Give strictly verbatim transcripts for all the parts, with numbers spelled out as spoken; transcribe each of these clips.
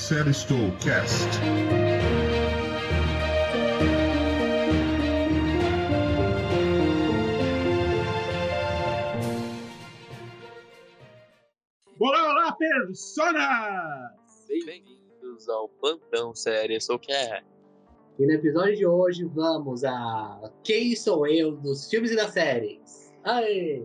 Seristocast. Olá, olá, personas! Bem-vindos ao Plantão Seristocast. E no episódio de hoje vamos a Quem Sou Eu dos filmes e das séries. Aê!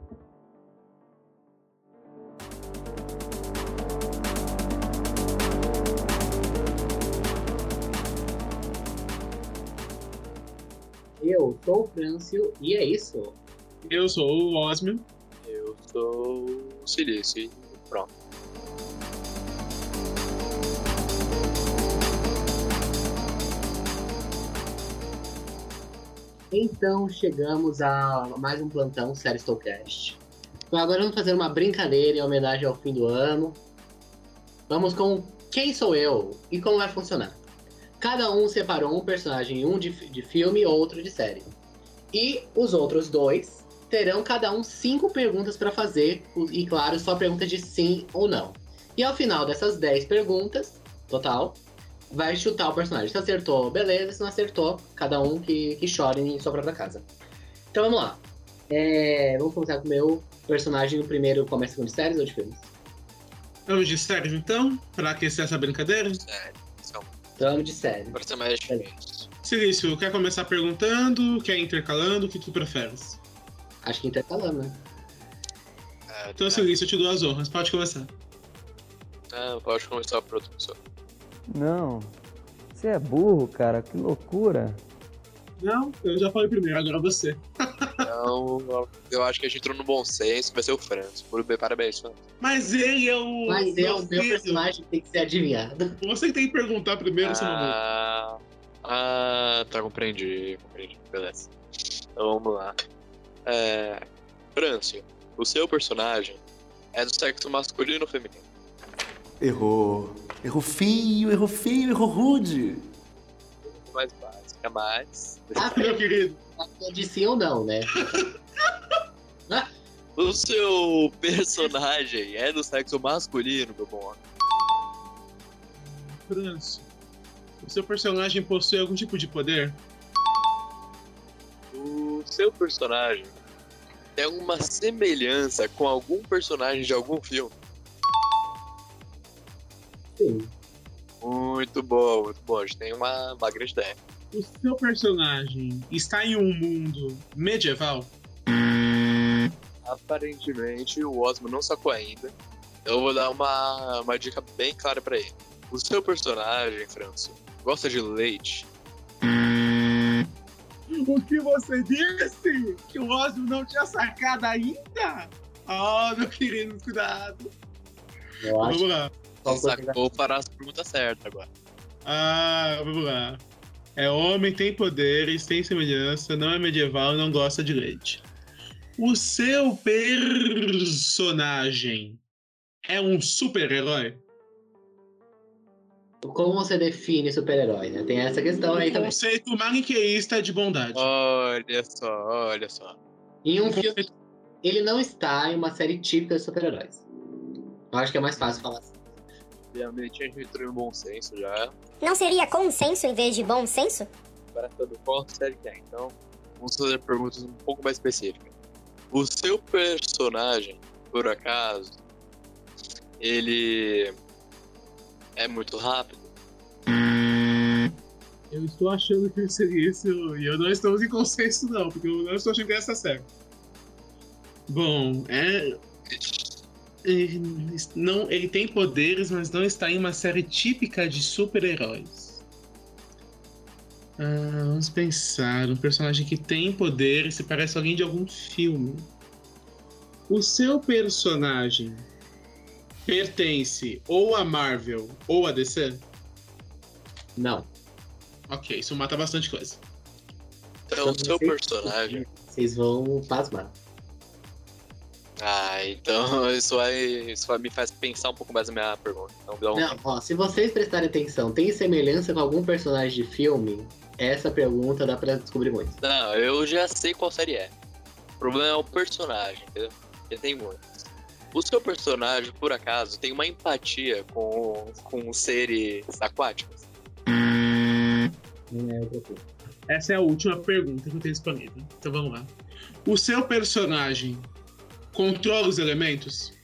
Eu sou o Frâncio e é isso. Eu sou o Osmio. Eu sou o Silício e pronto. Então chegamos a mais um plantão Seristocast. Então agora vamos fazer uma brincadeira em homenagem ao fim do ano. Vamos com Quem Sou Eu e como vai funcionar. Cada um separou um personagem, um de, de filme e outro de série. E os outros dois terão cada um cinco perguntas para fazer, e claro, só perguntas de sim ou não. E ao final dessas dez perguntas, total, vai chutar o personagem. Se acertou, beleza. Se não acertou, cada um que, que chore em sua própria casa. Então vamos lá. É, vamos começar com o meu personagem. O primeiro começa com de séries ou de filmes? Vamos de séries então, para aquecer essa brincadeira. Sério, são. Vamos de série. Agora você mais difícil. Silício, quer começar perguntando? Quer intercalando? O que tu preferes? Acho que intercalando, né? É, Então, tá. Silício, eu te dou as honras. Pode começar. Não, pode começar por outra pessoa. Não, você é burro, cara, que loucura. Não, eu já falei primeiro, agora você. Então, eu acho que a gente entrou no bom senso, vai ser o Francis. Por bem, parabéns, Francis. Mas ele é o... Mas é o meu filho. personagem que tem que ser adivinhado. Você que tem que perguntar primeiro, seu maluco. Ah, ah, tá, compreendi, compreendi, beleza. Então vamos lá. É, Francio, o seu personagem é do sexo masculino ou feminino? Errou. Errou feio, errou feio, errou rude. Mais básica, mais. Ah, Meu querido. é de sim ou não, né? O seu personagem é do sexo masculino, meu bom? Francio, o seu personagem possui algum tipo de poder? O seu personagem tem uma semelhança com algum personagem de algum filme? Sim. Muito bom, muito bom. A gente tem uma, uma grande ideia. O seu personagem está em um mundo medieval? Aparentemente, o Osmo não sacou ainda. Eu vou dar uma, uma dica bem clara pra ele. O seu personagem, Francio, gosta de leite? O que você disse? Que o Osmo não tinha sacado ainda? Oh, meu querido, cuidado. Eu acho Vamos lá. que Sacou para as perguntas certas agora. Ah, vamos lá. É homem, tem poderes, tem semelhança, não é medieval, não gosta de leite. O seu personagem é um super-herói? Como você define super-herói, né? Tem essa questão aí O também. conceito maniqueísta de bondade. Olha só, olha só. Em um O filme, conceito- ele não está em uma série típica de super-heróis. Eu acho que é mais fácil falar assim. Realmente a gente entrou no bom senso já. Não seria consenso em vez de bom senso? Agora todo qual série que é. Então, vamos fazer perguntas um pouco mais específicas. O seu personagem, por acaso, ele é muito rápido? Eu estou achando que seria isso e eu não estamos em consenso não, porque eu não estou achando que essa certa. Bom, é... Ele, não, ele tem poderes, mas não está em uma série típica de super-heróis. Ah, vamos pensar. Um personagem que tem poderes se parece alguém de algum filme. O seu personagem pertence ou a Marvel ou a D C? Não. Ok, isso mata bastante coisa. Então, o seu personagem... Vocês vão pasmar. Ah, então isso vai, isso vai me faz pensar um pouco mais na minha pergunta. Então, dá um Não, ó, se vocês prestarem atenção, tem semelhança com algum personagem de filme? Essa pergunta dá pra descobrir muito. Não, eu já sei qual série é. O problema é o personagem, entendeu? Porque tem muitos. O seu personagem, por acaso, tem uma empatia com, com seres aquáticos? Não é outra coisa. Essa é a última pergunta que eu tenho disponível. Então vamos lá. O seu personagem controla os elementos?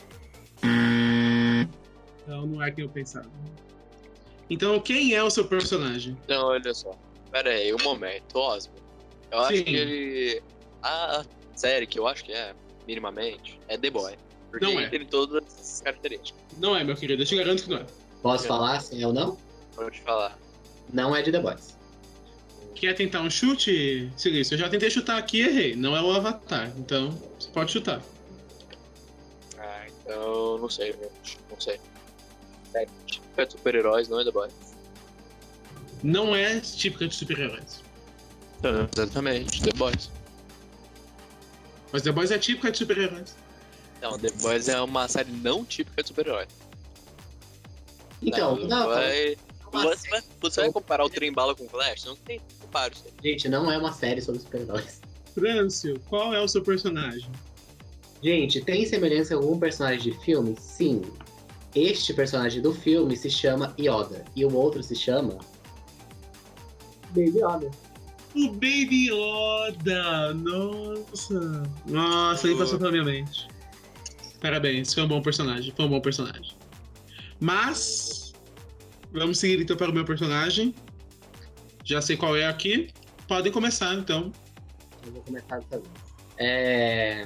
Não, não é quem eu pensava. Então, quem é o seu personagem? Não, olha só. Pera aí, um momento. Osmo. Eu acho Sim. que ele... A série, que eu acho que é, minimamente, é The Boy. Porque Não é. ele tem todas essas características. Não é, meu querido. Eu te garanto que não é. Posso É. falar se é ou não? Pode falar. Não é de The Boys. Quer tentar um chute, Silício? Eu já tentei chutar aqui e errei. Não é o Avatar. Então, você pode chutar. Ah, então não sei, gente. Não sei. É, típica de super-heróis, não é The Boy. Não é típica de super-heróis. Exatamente, The Boys. Mas The Boys é típica de super-heróis. Não, The Boys é uma série não típica de super-herói. Então, não, não, vai... uma Você, série vai, você vai comparar o Trem-Bala com o Flash? Não tem comparo isso aí. gente, não é uma série sobre super-heróis. Frâncio, qual é o seu personagem? Gente, tem semelhança com algum personagem de filme? Sim. Este personagem do filme se chama Yoda. E o outro se chama... Baby Yoda. O Baby Yoda! Nossa! Nossa, nem passou pela minha mente. Parabéns, foi um bom personagem. Foi um bom personagem. Mas... Vamos seguir então para o meu personagem. Já sei qual é aqui. Podem começar, então. Eu vou começar dessa vez. É...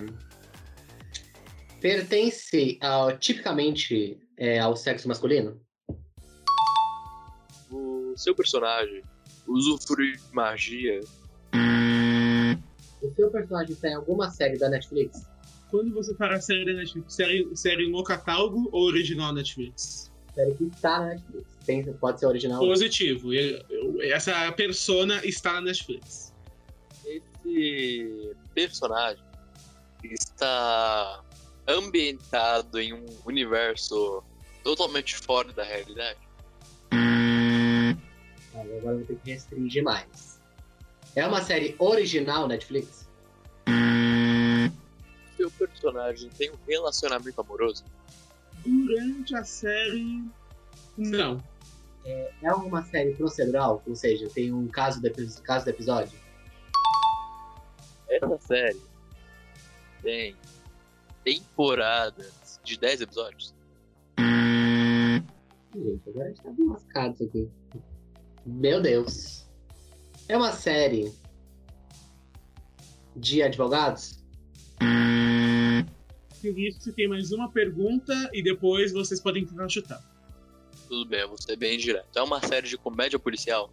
Pertence ao, tipicamente é, ao sexo masculino? O seu personagem usufrui de magia. O seu personagem tem alguma série da Netflix? Quando você fala série da Netflix, série, série no catálogo ou original Netflix? Série que está na Netflix. Tem, pode ser original. Positivo. E- Essa persona está na Netflix. Esse personagem está ambientado em um universo totalmente fora da realidade. Ah, agora eu vou ter que restringir mais. É uma série original Netflix? Seu personagem tem um relacionamento amoroso. Durante a série... Não. É uma série procedural? Ou seja, tem um caso do, epi- caso do episódio? Essa série tem temporadas de dez episódios. Gente, agora a gente tá bem lascado isso aqui. Meu Deus. É uma série de advogados? Por isso, tem mais uma pergunta e depois vocês podem tentar chutar. Tudo bem, eu vou ser bem direto. É uma série de comédia policial.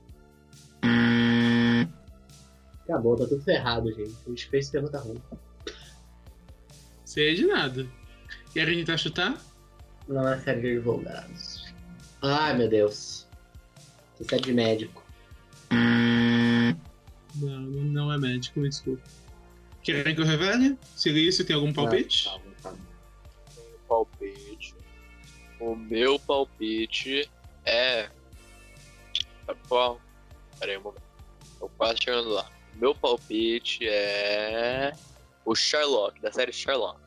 Acabou, tá tudo ferrado, gente. A gente fez pergunta ruim. Sei de nada. Querem tentar chutar? Não é série de advogados. Ai, meu Deus. Isso é série de médico. Não, não não é médico, me desculpa. Querem que eu revele? Silício, tem algum palpite? Calma, calma. Palpite. O meu palpite é. Sabe qual? Pera aí um momento. Tô quase chegando lá. O meu palpite é. O Sherlock, da série Sherlock.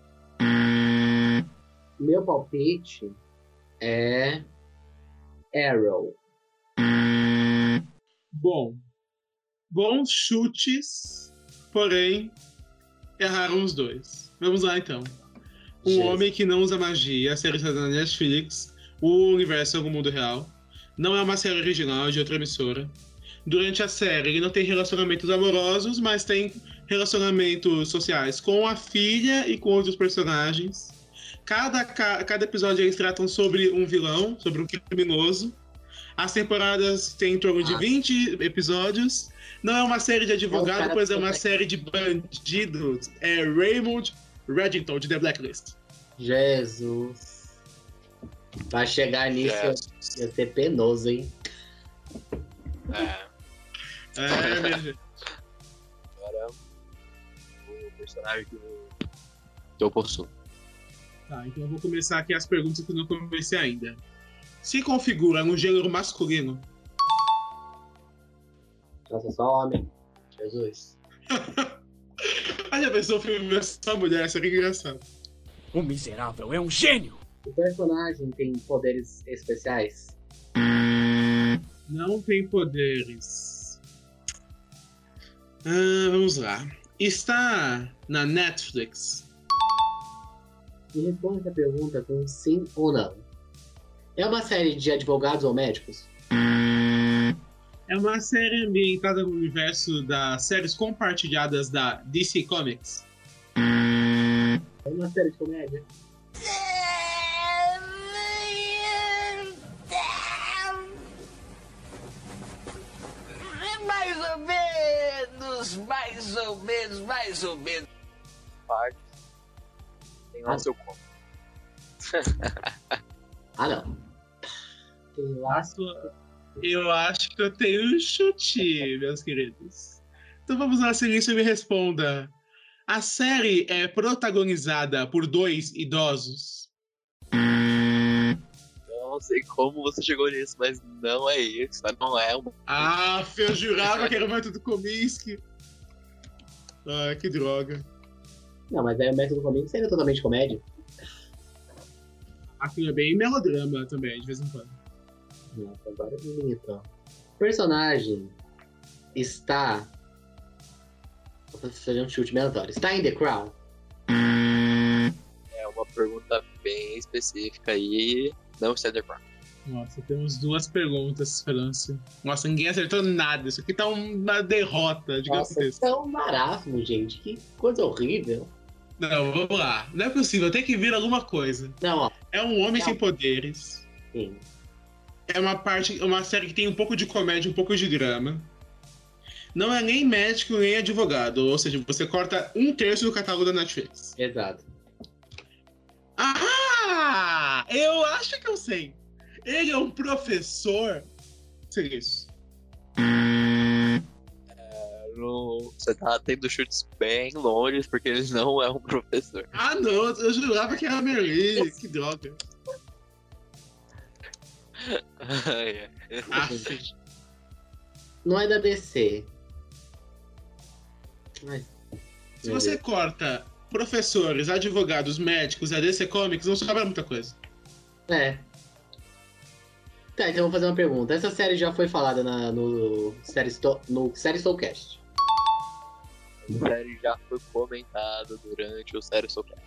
Meu palpite é Arrow. Bom. Bons chutes, porém, erraram os dois. Vamos lá, então. Um Jesus. homem que não usa magia, a série está na Netflix, o universo é o mundo real. Não é uma série original, é de outra emissora. Durante a série, ele não tem relacionamentos amorosos, mas tem relacionamentos sociais com a filha e com outros personagens. Cada, ca- cada episódio eles tratam sobre um vilão, sobre um criminoso. As temporadas têm em torno de Ah. vinte episódios. Não é uma série de advogado, cara pois é que uma consegue- série de bandidos. É Raymond Reddington, de The Blacklist. Jesus. Pra chegar nisso Yes. ia ser penoso, hein? É. É, minha gente. Agora. O personagem que eu, que eu possuo. Tá, então eu vou começar aqui as perguntas que eu não comecei ainda. Se configura no gênero masculino? Nossa, só homem. Jesus. Ah, já pensou o filme é só mulher? Seria engraçado. O miserável é um gênio! O personagem tem poderes especiais? Não tem poderes. Ah, vamos lá. Está na Netflix. Me responda essa pergunta com sim ou não. É uma série de advogados ou médicos? É uma série ambientada no universo das séries compartilhadas da D C Comics. É uma série de comédia? Mais ou menos, mais ou menos, mais ou menos. Parte. Tem lá Ah. seu conto. Ah, não. Eu acho... Eu acho que eu tenho um chute, meus queridos. Então vamos lá, Silêncio, me responda. A série é protagonizada por dois idosos? Não sei como você chegou nisso, mas não é isso. Não é uma. Ah, eu jurava que era o método Kominsky. Ah, que droga. Não, mas aí o método comigo seria totalmente comédia. Aquilo é bem melodrama também, de vez em quando. Nossa, agora me limitou. O personagem está... Vou fazer um chute aleatório. Está em The Crown? É uma pergunta bem específica e não está de acordo. Nossa, temos duas perguntas, França. Nossa, ninguém acertou nada. Isso aqui tá uma derrota de Nossa, gigantesca. isso é um marasmo, gente. Que coisa horrível. Não, vamos lá. Não é possível, tem que vir alguma coisa. Não, ó. É um homem Não. sem poderes. Sim. É uma parte, uma série que tem um pouco de comédia, um pouco de drama. Não é nem médico, nem advogado. Ou seja, você corta um terço do catálogo da Netflix. Exato. Ah! Eu acho que eu sei. Ele é um professor. Seria isso. No- Você tá tendo chutes bem longe, porque ele não é um professor. Ah, não. Eu jurava que era a Merlin. Que droga. Ai, ai. Ah, Não é da D C. Mas... se você corta professores, advogados, médicos e a D C Comics, não sobra muita coisa. É. Tá, então vou fazer uma pergunta. Essa série já foi falada na, no Série Sto- no Série Soulcast. A série já foi comentada durante o Série Soulcast.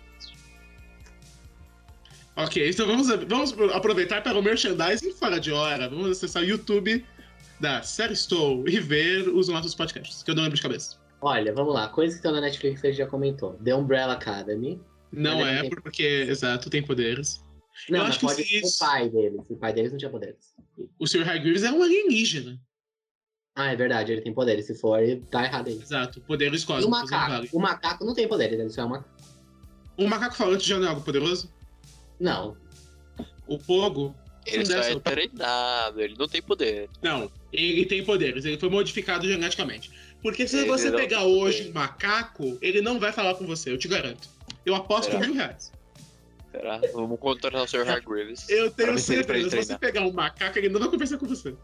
Ok, então vamos, vamos aproveitar para o merchandising fora de hora. Vamos acessar o YouTube da Série Soul e ver os nossos podcasts, que eu não lembro de cabeça. Olha, vamos lá. Coisas que estão na Netflix que a gente já comentou. The Umbrella Academy. Não Mas é, ele tem- porque, exato, tem poderes. Não, Eu mas acho que pode se ser o isso- pai deles. O pai deles não tinha poderes. O senhor Hargreaves é um alienígena. Ah, é verdade, ele tem poderes. Se for, ele tá errado aí. Exato, poderes E o cósmicos. não macaco? vale. O macaco não tem poderes, ele só é um macaco. Um macaco falante já não é algo poderoso? Não. O Pogo? Ele não só deve é ser- treinado, ele não tem poder. Não, ele tem poderes, ele foi modificado geneticamente. Porque se Ele você não pegar tem hoje poder. um macaco, ele não vai falar com você, eu te garanto. Eu aposto Será? mil reais. Será? Vamos contratar o senhor Hargreaves. Eu Pra tenho ver se ele vai certeza, se você pegar um macaco, ele não vai conversar com você.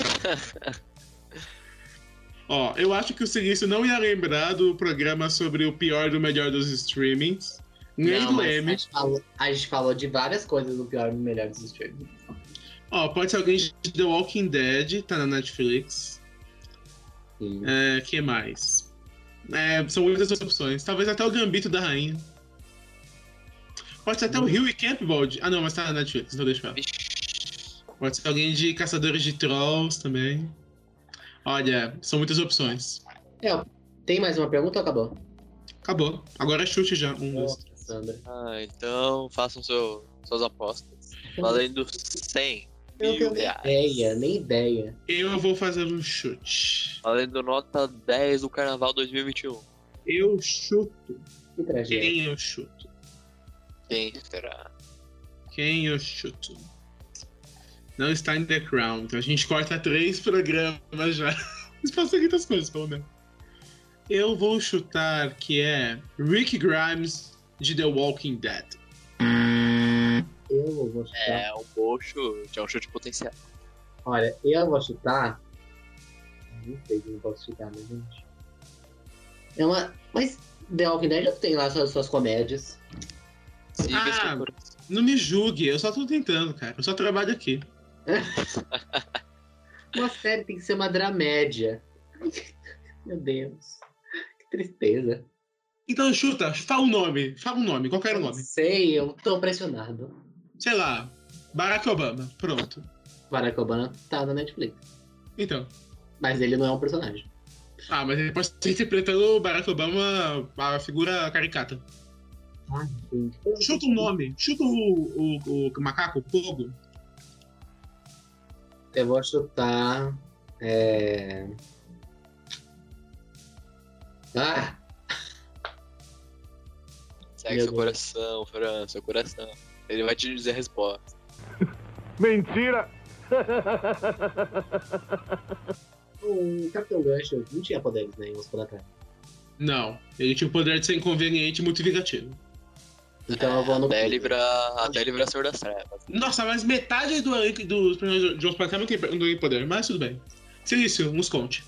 Ó, eu acho que o Silício não ia lembrar do programa sobre o pior e o melhor dos streamings. Nem Não, do mas a M. gente, falou, a gente falou de várias coisas no pior e no melhor dos streams. Ó, pode ser alguém de The Walking Dead, tá na Netflix. Sim. É, que mais? É, são muitas opções. Talvez até o Gambito da Rainha. Pode ser até o Huey Campbell. de- Ah, não, mas tá na Netflix, então deixa eu ver. Pode ser alguém de Caçadores de Trolls também. Olha, são muitas opções. É, tem mais uma pergunta ou acabou? Acabou. Agora é chute já. Um, dois, três. Sandra. Ah, então façam seu, suas apostas. Valendo cem Eu não mil tenho nem reais. ideia, nem ideia. Eu vou fazer um chute. Valendo nota dez do Carnaval dois mil e vinte e um. Eu chuto. Que tragédia. Quem eu chuto? Quem será? Quem eu chuto? Não está em The Crown. Então a gente corta três programas já. Mas facilita as coisas, pelo menos. Eu vou chutar que é Rick Grimes de The Walking Dead. Eu vou chutar. É um bom chute, é um chute potencial. Olha, eu vou chutar. Não sei se eu posso chutar, né, gente? É uma. Mas The Walking Dead já tem lá suas, suas comédias. Siga Ah. seu coração. Não me julgue, eu só tô tentando, cara. Eu só trabalho aqui. Uma série tem que ser uma dramédia. Meu Deus. Que tristeza. Então chuta, fala um nome. Fala um nome, qualquer Não nome. sei, eu tô pressionado. Sei lá, Barack Obama. Pronto. Barack Obama tá na Netflix. Então. Mas ele não é um personagem. Ah, mas ele pode estar interpretando o Barack Obama, a figura caricata. Ai, gente. Chuta um nome. Chuta o, o, o macaco, o pogo. Eu vou chutar. É... Ah! Segue Meu seu Deus. coração, Fran, seu coração. Ele vai te dizer a resposta. Mentira! O Capitão Gancho não tinha poderes nenhum por atrás. Não, ele tinha o poder de ser inconveniente e muito vingativo. Então eu vou no. Até livrar, até livrar Senhor das Trevas. Nossa, mas metade do elenco dos personagens de Os Planetas não tem, não tem poder, mas tudo bem. Silício, nos conte.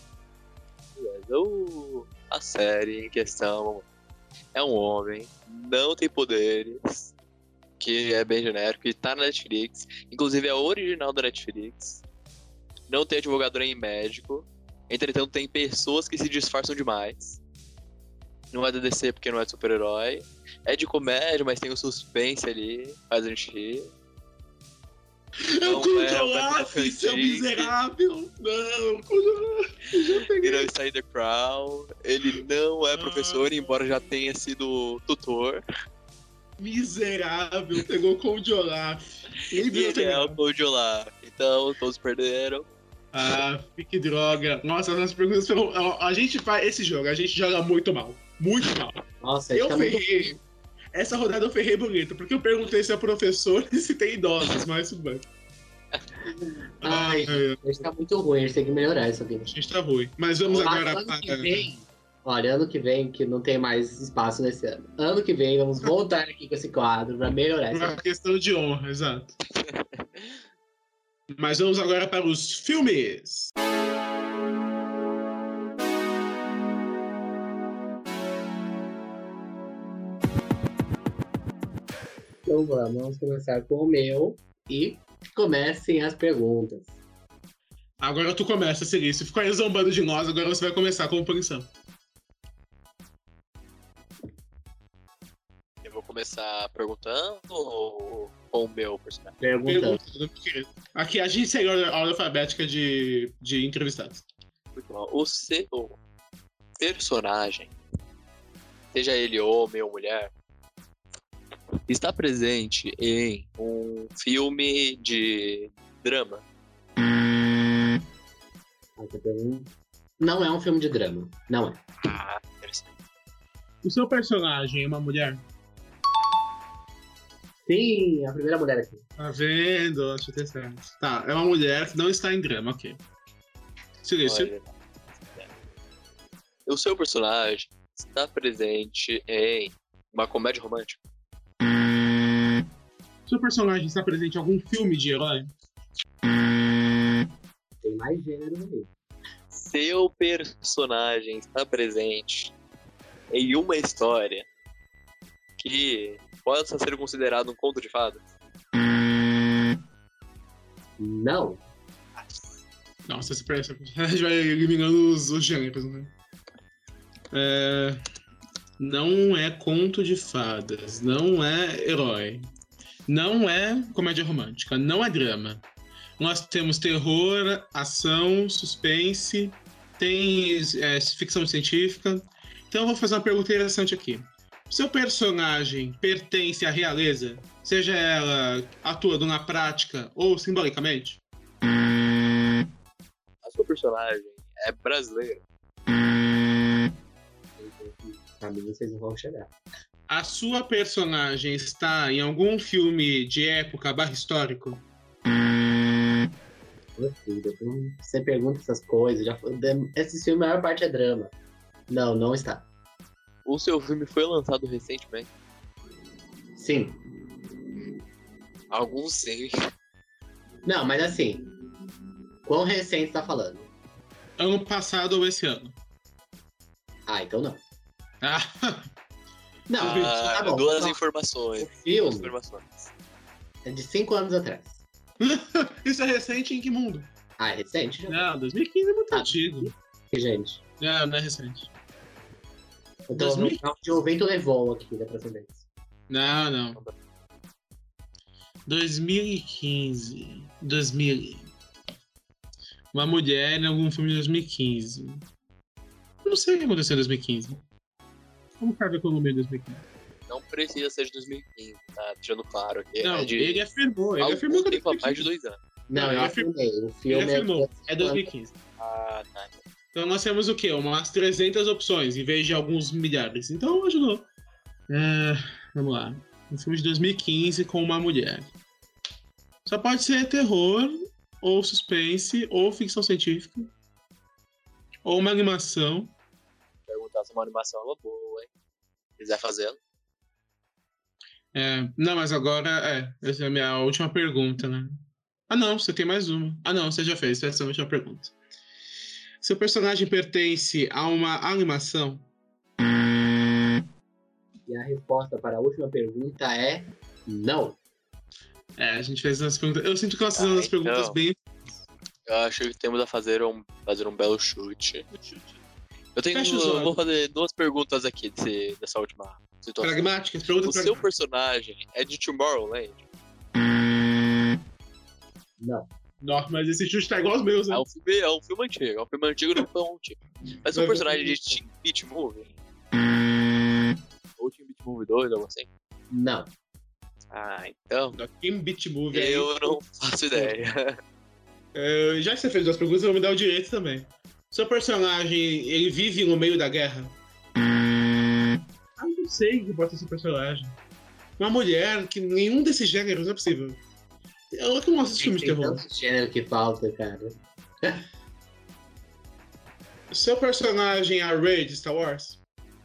O- A série em questão é um homem, não tem poderes, que é bem genérico, e tá na Netflix. Inclusive é a original da Netflix. Não tem advogado nem médico. Entretanto, tem pessoas que se disfarçam demais. Não é da D C porque não é de super-herói. É de comédia, mas tem o suspense ali, faz a gente rir. Eu Não com é o o Olaf, Capitão seu Fantastic. miserável! Não, com o Olaf, já Ele peguei. não está em The Crown. Ele não é professor, embora já tenha sido tutor. Miserável, pegou com o Olaf. E ele é o Code Olaf. Então, todos perderam. Ah, que droga. Nossa, as nossas perguntas foram. A, a gente faz esse jogo, a gente joga muito mal. Muito mal. Nossa, ele Eu tá muito. ferrei. Essa rodada eu ferrei bonito, porque eu perguntei se é professor e se tem idosos, mas tudo bem. Ai, Ai, a gente tá muito ruim, a gente tem que melhorar isso aqui. a gente tá ruim. Mas vamos Olha, agora ano que para. vem. Olha, ano que vem, que não tem mais espaço nesse ano. Ano que vem, vamos voltar aqui com esse quadro pra melhorar isso Uma aqui. questão de honra, exato. Mas vamos agora para os filmes. Então vamos, vamos começar com o meu e comecem as perguntas. Agora tu começa, Silício. Ficou aí zombando de nós, agora você vai começar como punição. Eu vou começar perguntando ou com o meu personagem? Perguntando. Pergunta, meu querido. Aqui a gente segue a ordem alfabética de, de entrevistados. Muito bom. O seu personagem, seja ele homem ou mulher, está presente em um filme de drama. Outra pergunta. Não é um filme de drama. Não é. Ah, interessante. O seu personagem é uma mulher? Sim, a primeira mulher aqui. Tá vendo? Deixa eu ter certo. Tá, é uma mulher que não está em drama, ok. Silício. Olha. O seu personagem está presente em uma comédia romântica. O seu personagem está presente em algum filme de herói? Tem mais gênero ali. Seu personagem está presente em uma história que possa ser considerado um conto de fadas. Não. Nossa, esse parece. A gente vai eliminando os, os gêneros, né? É... Não é conto de fadas, não é herói, não é comédia romântica, não é drama. Nós temos terror, ação, suspense, tem é, ficção científica. Então eu vou fazer uma pergunta interessante aqui. Seu personagem pertence à realeza? Seja ela atuando na prática ou simbolicamente? A sua personagem é brasileira. Pra mim, vocês não vão chegar. A sua personagem está em algum filme de época barra histórico? Meu filho, hum, você pergunta essas coisas. Já foi... Esse filme, a maior parte é drama. Não, não está. O seu filme foi lançado recentemente? Sim. Alguns sim. Não, mas assim. Quão recente você tá falando? Ano passado ou esse ano? Ah, então não. Ah, Não, Ah, tá bom. duas Então, informações. o Duas filme informações. é de cinco anos atrás. Isso é recente em que mundo? Ah, é recente já. Não, dois mil e quinze é muito Ah, antigo. Gente, Não, não é recente. eu tô dois mil e no carro de o vento levou aqui da próxima vez. Não, não. dois mil e quinze. dois mil. Uma mulher em algum filme de dois mil e quinze. Não sei o que aconteceu em dois mil e quinze. Como Carver Colombo em dois mil e quinze? Não precisa ser de dois mil e quinze, tá? Deixando claro aqui. Não, é de ele afirmou. Ele algum afirmou que é tempo há dois mil e mais de quinze. dois anos. Não, Não, eu ele afirmei. O Ele filme afirmou. é É dois mil e quinze. Ah, tá. Então nós temos o quê? Umas trezentas opções, em vez de alguns milhares. Então ajudou. É, vamos lá. Um filme de dois mil e quinze com uma mulher. Só pode ser terror, ou suspense, ou ficção científica. Ou uma animação. Perguntar se uma animação é uma boa, hein? Se quiser fazendo. É, não, mas agora é. Essa é a minha última pergunta, né? Ah, não, você tem mais uma. Ah, não, você já fez. Essa é a última pergunta. Seu personagem pertence a uma animação? E a resposta para a última pergunta é não. É, a gente fez as perguntas. Eu sinto que nós fizemos Ah, as perguntas então. bem. Eu acho que temos a fazer um, fazer um belo chute. Eu tenho. Fecha os Eu olhos. vou fazer duas perguntas aqui desse, dessa última situação. Pragmáticas, perguntas O seu pragmáticas. personagem é de Tomorrowland? Não. Nossa, mas esse chute tá igual aos meus, né? É um filme, é um filme antigo, é um filme antigo não tão antigo. Mas o seu Vai ver personagem que- de Teen Beat Movie? Ou Teen Beat Movie dois, algo assim? Não. Ah, então. Da Kim Beat Movie aí. Eu não faço ideia. É, já que você fez duas perguntas, eu vou me dar o direito também. Seu personagem, ele vive no meio da guerra? Ah, eu não sei o que pode ser seu personagem. Uma mulher que nenhum desses gêneros não é possível. Eu que não assisto filmes de Tem terror. tanto gênero que falta, cara. Seu personagem é a Rey de Star Wars?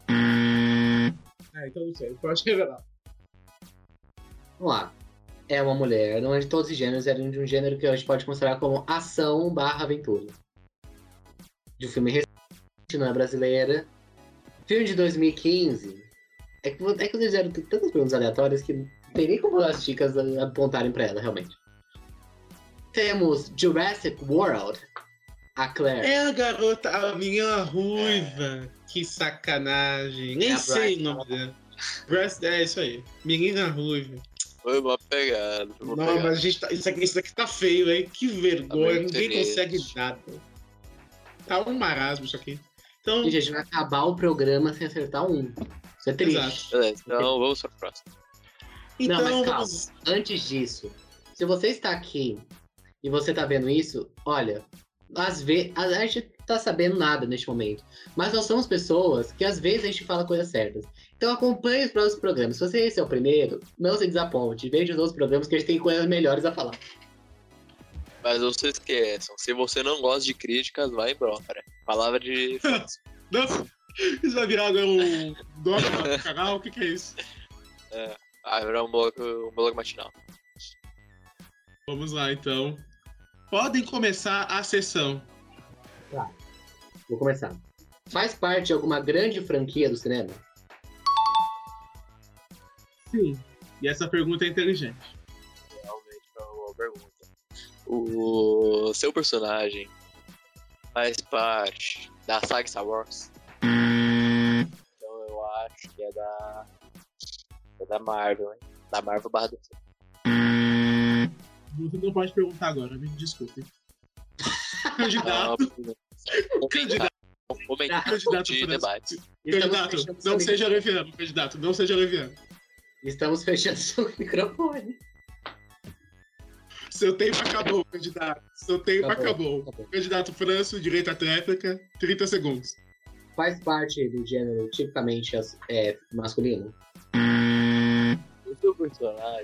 É, então não sei. Pode revelar. Vamos lá. É uma mulher, não é de todos os gêneros, é de um gênero que a gente pode considerar como ação barra aventura. De um filme recente, não é brasileira. Filme de dois mil e quinze. É que, é que eles fizeram tantas perguntas aleatórias que não tem nem como as chicas apontarem pra ela, realmente. Temos Jurassic World. A Claire. É a garota, a minha ruiva. Que sacanagem. Nem É a sei Bryce. o nome dela. Bryce, é isso aí. Menina ruiva. Foi uma pegada. Foi uma Não, pegada. mas a gente tá, isso, aqui, isso aqui tá feio, hein? Que vergonha. Tá bem Ninguém triste. consegue nada. Tá um marasmo isso aqui. Então, Gente, a gente vai acabar o programa sem acertar um. Isso é triste. Exato. Beleza, então vamos para o próximo. então Não, mas calma. vamos- Antes disso, se você está aqui e você tá vendo isso, olha, às vezes a gente tá sabendo nada neste momento, mas nós somos pessoas que às vezes a gente fala coisas certas. Então acompanhe os próximos programas. Se você esse é o primeiro, não se desaponte. Veja os outros programas que a gente tem coisas melhores a falar. Mas não se esqueçam, se você não gosta de críticas, vai embora. Palavra de. Não, isso vai virar agora um dogma do canal? O que, que é isso? Ah, virar um blog, um blog matinal. Vamos lá, então. Podem começar a sessão. Vou começar. Faz parte de alguma grande franquia do cinema? Sim. E essa pergunta é inteligente. Realmente é uma boa pergunta. O seu personagem faz parte da saga Star Wars? Então eu acho que é da. É da Marvel, hein? Da Marvel barra D C. Você não pode perguntar agora, me desculpe. Não, Candidato, comentário. Comentário candidato de França. debates. Estamos Candidato, fechando não seu seja microfone. leviano, candidato, não seja leviano. Estamos fechando seu microfone. Seu tempo acabou, candidato. Seu tempo Acabou, acabou. acabou. Candidato Franço, direita atlética, trinta segundos. Faz parte do gênero tipicamente é, masculino? O seu personagem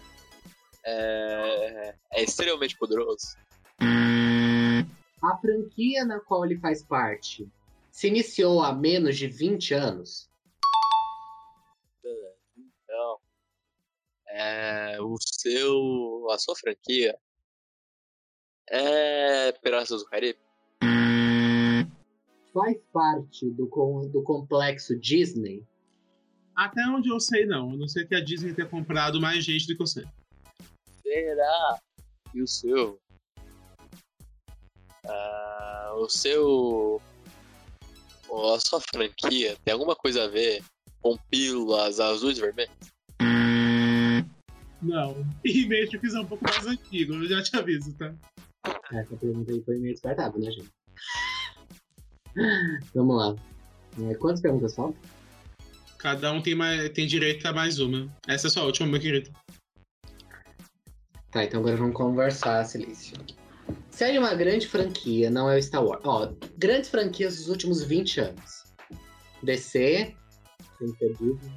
é, é extremamente poderoso. A franquia na qual ele faz parte se iniciou há menos de vinte anos? Então, é, o seu, a sua franquia é Piratas do Caribe? Faz parte do, com- do complexo Disney? Até onde eu sei, não. A não ser que a Disney tenha comprado mais gente do que eu sei. Será que o seu... Ah, o seu... A sua franquia tem alguma coisa a ver com pílulas azuis e vermelhas? Não. E Matrix é um pouco mais antigo, eu já te aviso, tá? Essa pergunta aí foi meio descartável, né, gente? Vamos lá. É, quantas perguntas faltam? Cada um tem, mais, tem direito a mais uma. Essa é a sua última, meu querido. Tá, então agora vamos conversar, Silício. Série uma grande franquia, não é o Star Wars. Ó, grandes franquias dos últimos vinte anos. D C, sem ter dúvida.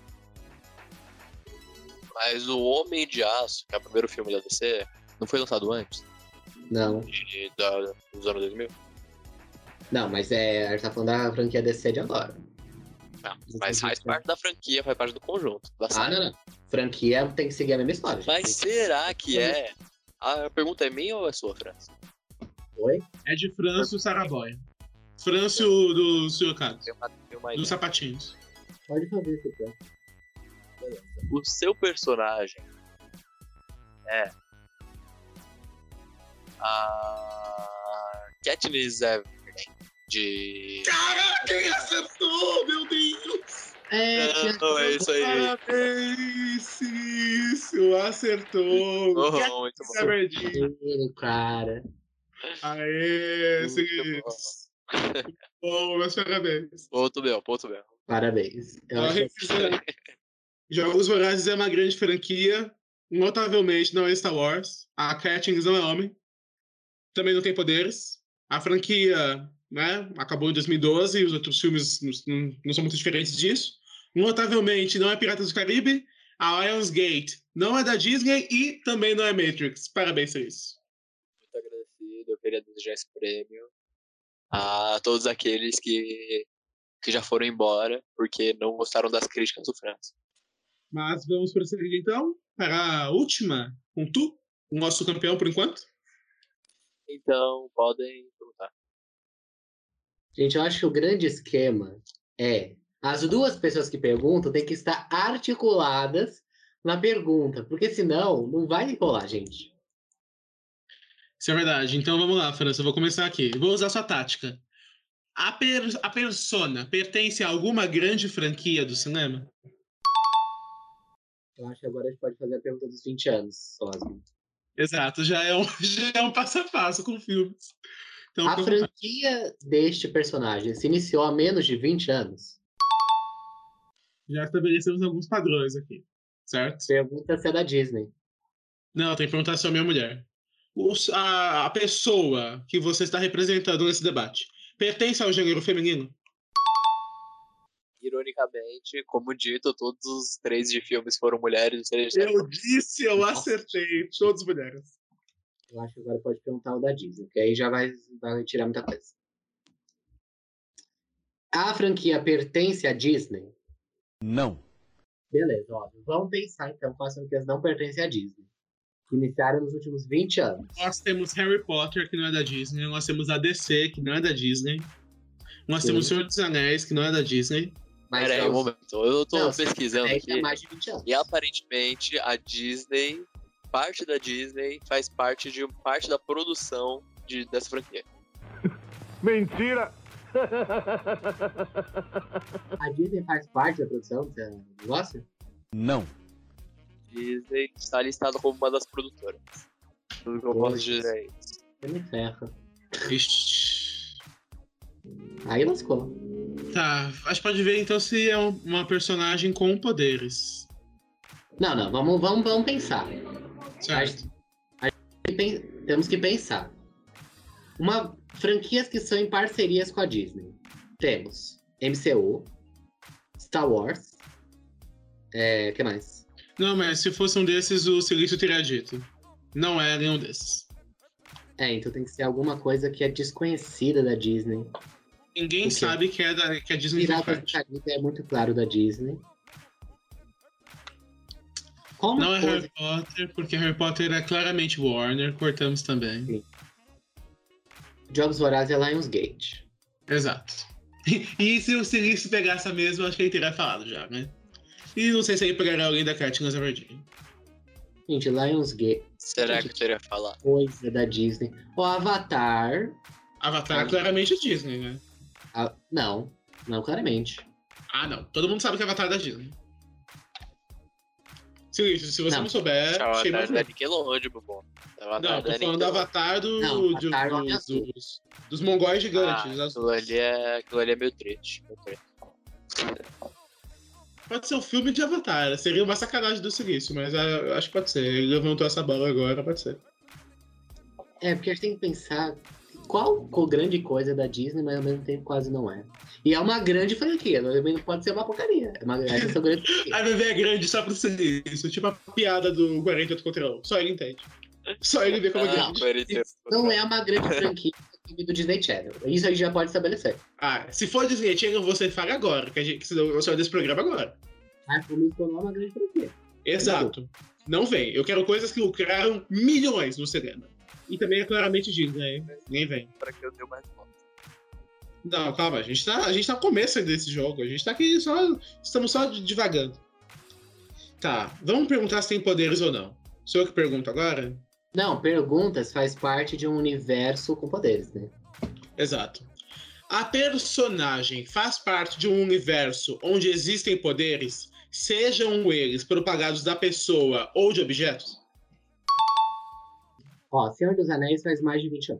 Mas o Homem de Aço, que é o primeiro filme da D C, não foi lançado antes? Não. De, da, dos anos dois mil? Não, mas é, a gente tá falando da franquia D C de agora. Não, mas faz parte da franquia, faz parte do conjunto. Da Ah, série. não, não. Franquia tem que seguir a mesma história. gente. Mas será que é? A pergunta é minha ou é sua, França? Oi? É de Franço Saraboia. Franço do Suricado. Tem uma, tem uma Dos ideia. sapatinhos. Pode fazer isso aqui. O seu personagem é a Katniss Everdeen de... Caraca, quem acertou, meu Deus! É, tinha... Não, é isso aí. Parabéns, isso, acertou. Oh, Quer muito bom. saber disso? cara. Aê, Muito Cis. Bom, meus parabéns. Ponto meu, ponto meu. Parabéns. Eu Ó, acho que revisando. Jogos Vorazes é uma grande franquia. Notavelmente não é Star Wars. A Katniss não é homem. Também não tem poderes. A franquia, né, acabou em dois mil e doze e os outros filmes não, não são muito diferentes disso. Notavelmente não é Piratas do Caribe. A Lionsgate não é da Disney e também não é Matrix. Parabéns por isso. Muito agradecido. Eu queria desejar esse prêmio a todos aqueles que, que já foram embora porque não gostaram das críticas do França. Mas vamos prosseguir então para a última, com tu, o nosso campeão por enquanto. Então, podem perguntar. Gente, eu acho que o grande esquema é as duas pessoas que perguntam têm que estar articuladas na pergunta, porque senão não vai rolar, gente. Isso é verdade. Então vamos lá, França. Eu vou começar aqui. Vou usar sua tática. A, per a persona pertence a alguma grande franquia do cinema? Eu acho que agora a gente pode fazer a pergunta dos vinte anos, Osmo. Exato. Já é um, já é um passo a passo com filmes. Então, A franquia deste personagem se iniciou há menos de vinte anos? já estabelecemos alguns padrões aqui, certo? Pergunta se é da Disney. Não, tem que perguntar se é minha mulher. Os, a, a pessoa que você está representando nesse debate pertence ao gênero feminino? Ironicamente, como dito, todos os três de filmes foram mulheres. Eu disse, eu acertei. Todas mulheres. Eu acho que agora pode perguntar o da Disney, que aí já vai, vai tirar muita coisa. A franquia pertence à Disney? Não. Beleza, óbvio. Vamos pensar então quais franquias não pertencem à Disney. Que iniciaram nos últimos vinte anos. Nós temos Harry Potter, que não é da Disney. Nós temos a D C, que não é da Disney. Nós Sim. temos o Senhor dos Anéis, que não é da Disney. Mas Pera aí, são- um momento. Eu tô Não, pesquisando é, aqui. é mais de vinte anos. E aparentemente a Disney, parte da Disney, faz parte de parte da produção de, dessa franquia. Mentira! A Disney faz parte da produção desse negócio? Não. Disney está listada como uma das produtoras. Tudo que eu posso dizer é isso. Você me ferra. Ixi. Aí lascou. Tá, acho que pode ver então se é um- uma personagem com poderes. Não, não, vamos, vamos, vamos pensar. Certo? Pen- Temos que pensar. Uma franquias que são em parcerias com a Disney. Temos M C U, Star Wars. É, que mais? Não, mas se fosse um desses, o Silício teria dito. Não é nenhum desses. É, então tem que ser alguma coisa que é desconhecida da Disney. Ninguém O quê? sabe que, é da, que a Disney faz Piratas do parte. Caribe é muito claro da Disney. Qual uma Não é coisa Harry Potter, porque Harry Potter é claramente Warner, cortamos também. Jogos Vorazes é Lionsgate. Exato. E se o Silício pegasse a mesma, acho que ele teria falado já, né? E não sei se ele pegará alguém da Katniss Everdeen. Gente, Lionsgate, Será que eu iria falar? coisa da Disney. O Avatar. Avatar claramente é Disney, né? a- Não, não claramente. Ah, não. Todo mundo sabe que Avatar é da Disney. Silício, se você não, Não. souber, Avatar achei mais da Nickelodeon, pô. Avatar Não, tô da falando do Nickelodeon. Avatar do, Não, de- Avatar não é dos, azul. dos, dos mongóis gigantes. Ah, aquilo ali é, aquilo ali é meio triste. Meio triste. Pode ser um filme de Avatar. Seria uma sacanagem do Silício, mas ah, eu acho que pode ser. Ele levantou essa bola agora, pode ser. É, porque a gente tem que pensar qual co- grande coisa da Disney, mas ao mesmo tempo quase não é. E é uma grande franquia, não não pode ser uma porcaria. É uma, é uma grande franquia. A bebê é grande só pro Silício. Tipo a piada do quarenta e oito contra um. Só ele entende. Só ele vê como é Ah, grande. quarenta e oito. Não é uma grande franquia do Disney Channel. Isso a gente já pode estabelecer. Ah, se for Disney Channel, você fala agora, que a gente que você vai desse programa agora. Mas pra mim, isso não é uma grande franquia. Exato. Não vem. Eu quero coisas que lucraram milhões no cinema. E também é claramente Disney. Nem vem. Pra que eu dê mais votos. Não, calma. A gente tá, a gente tá no começo desse jogo. A gente tá aqui só. Estamos só divagando. Tá. Vamos perguntar se tem poderes ou não. Sou eu que pergunto agora? Não, perguntas faz parte de um universo com poderes, né? Exato. A personagem faz parte de um universo onde existem poderes, sejam eles propagados da pessoa ou de objetos? Ó, Senhor dos Anéis faz mais de vinte anos.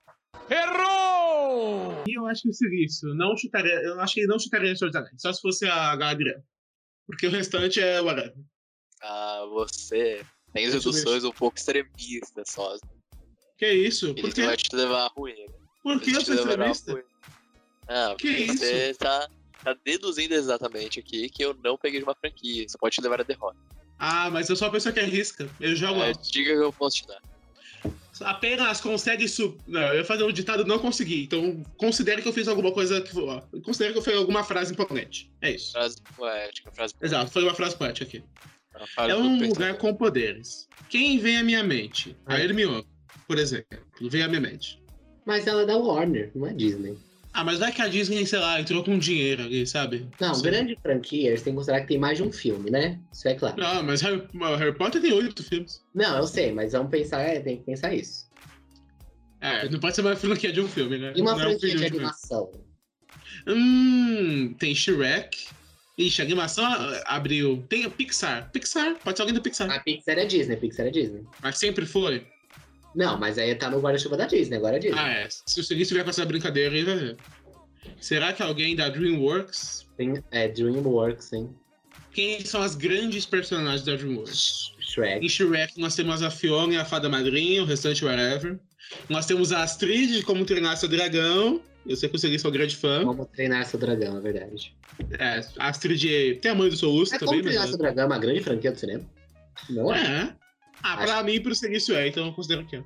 E eu acho que o Silício não chutaria. Eu acho que ele não chutaria Senhor dos Anéis, só se fosse a Galadriel. Porque o restante é whatever. Ah, você tem deduções um pouco extremistas só. Que isso? Por Ele quê? vai te levar a ruim. Por que eu Ele te sou levará a extremista? ruim. Ah, Que você tá, tá deduzindo exatamente aqui que eu não peguei de uma franquia. Isso pode te levar à derrota. Ah, mas eu sou uma pessoa que arrisca. Eu jogo É, alto. diga que eu posso te dar. Apenas consegue sub. Não, eu ia fazer um ditado e não consegui. Então considere que eu fiz alguma coisa. Que... ó, considere que eu fiz alguma frase imponente. É isso. Frase poética, frase poética. Exato, foi uma frase poética aqui. Uma frase É do um pensador. lugar com poderes. Quem vem à minha mente? A É. Hermione, por exemplo, vem à minha mente. Mas ela é da Warner, não é Disney. Ah, mas vai que a Disney, sei lá, entrou com dinheiro ali, sabe? Não, Sei. grande franquia, eles têm que considerar que tem mais de um filme, né? Isso é claro. Não, mas Harry, Harry Potter tem oito filmes. Não, eu sei, mas vamos pensar, é, tem que pensar isso. É, não pode ser uma franquia de um filme, né? E uma Não é um franquia filme de um filme. animação? Hum, tem Shrek. Ixi, a animação ah, abriu. Tem a Pixar. Pixar, pode ser alguém da Pixar. A Pixar é Disney, Pixar é Disney. Mas sempre foi. Não, mas aí tá no guarda-chuva da Disney, agora é Disney. Ah, é. Se o Silício vier com essa brincadeira, ele vai ver. Será que alguém da DreamWorks? Tem, é DreamWorks, hein? Quem são as grandes personagens da DreamWorks? Shrek. Em Shrek nós temos a Fiona e a Fada Madrinha, o restante whatever. Nós temos a Astrid de Como Treinar Seu Dragão. Eu sei que o Silício é um grande fã. Como treinar seu dragão, é verdade. É, a Astrid tem a mãe do Soluço É também, como treinar mas... seu dragão, é uma grande franquia do cinema. Não é? É. Ah, pra mim e pro Silício é, então eu considero que é.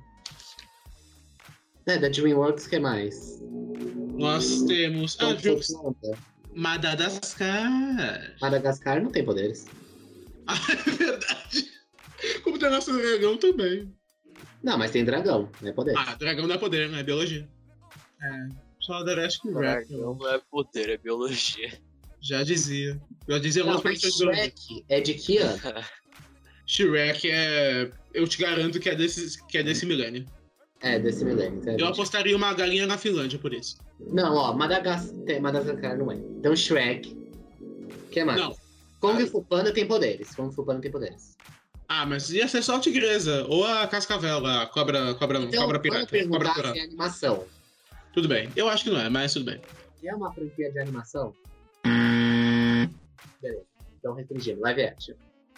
É, da DreamWorks, o que mais? Nós temos a Então, Dream... você conta. Madagascar. Madagascar não tem poderes. Ah, é verdade. Como Treinar Seu Dragão também. Não, mas tem dragão, não é poder. Ah, dragão não é poder, né? É biologia. É. Só da Ask Shrek. Dragão não é poder, é biologia. Já dizia. Já dizia Não, alguns mas professores de biologia. Shrek é de que ano? Shrek é. Eu te garanto que é, desses, que é desse milênio. É, desse milênio. tá, Eu gente? apostaria uma galinha na Finlândia por isso. Não, ó, Madagascar, tem- Madagascar não é. Então Shrek. O que mais? Não. Kung Ah. Fu Panda tem poderes. Kung Fu Panda tem poderes. Ah, mas ia ser só a tigresa. Ou a cascavel, a cobra, cobra, Então, cobra vamos pirata. Cobra perguntar pirata. se é animação. Tudo bem. Eu acho que não é, mas tudo bem. Se é uma franquia de animação? Beleza. Então restringimos. Live action.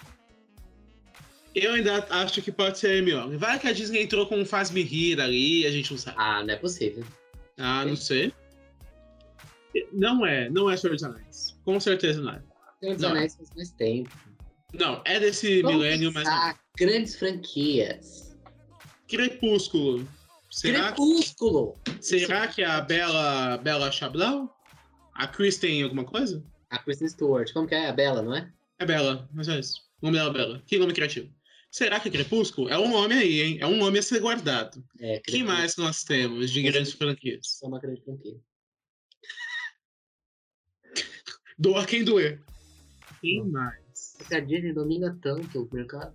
Eu ainda acho que pode ser a Hermione. Vai que a Disney entrou com um Faz-me Rir ali, a gente não sabe. Ah, não é possível. Ah, não sei. Não é, não é Senhor dos Anéis. Com certeza não é. Senhor dos Não. Anéis faz mais tempo. Não, é desse Vamos milênio, mas não. pensar grandes franquias. Crepúsculo. Será, Crepúsculo! será que é a Bela, Bela Chablau? A Kristen alguma coisa? A Kristen Stewart. Como que é? A Bela, não é? É Bela, mas é isso. O nome dela é Bela. Que nome criativo. Será que Crepúsculo? É um nome aí, hein? É um nome a ser guardado. É, Quem Crepúsculo mais nós temos de grandes franquias? é uma grande franquia. Doa quem doer. Quem mais? Porque a Disney domina tanto o mercado.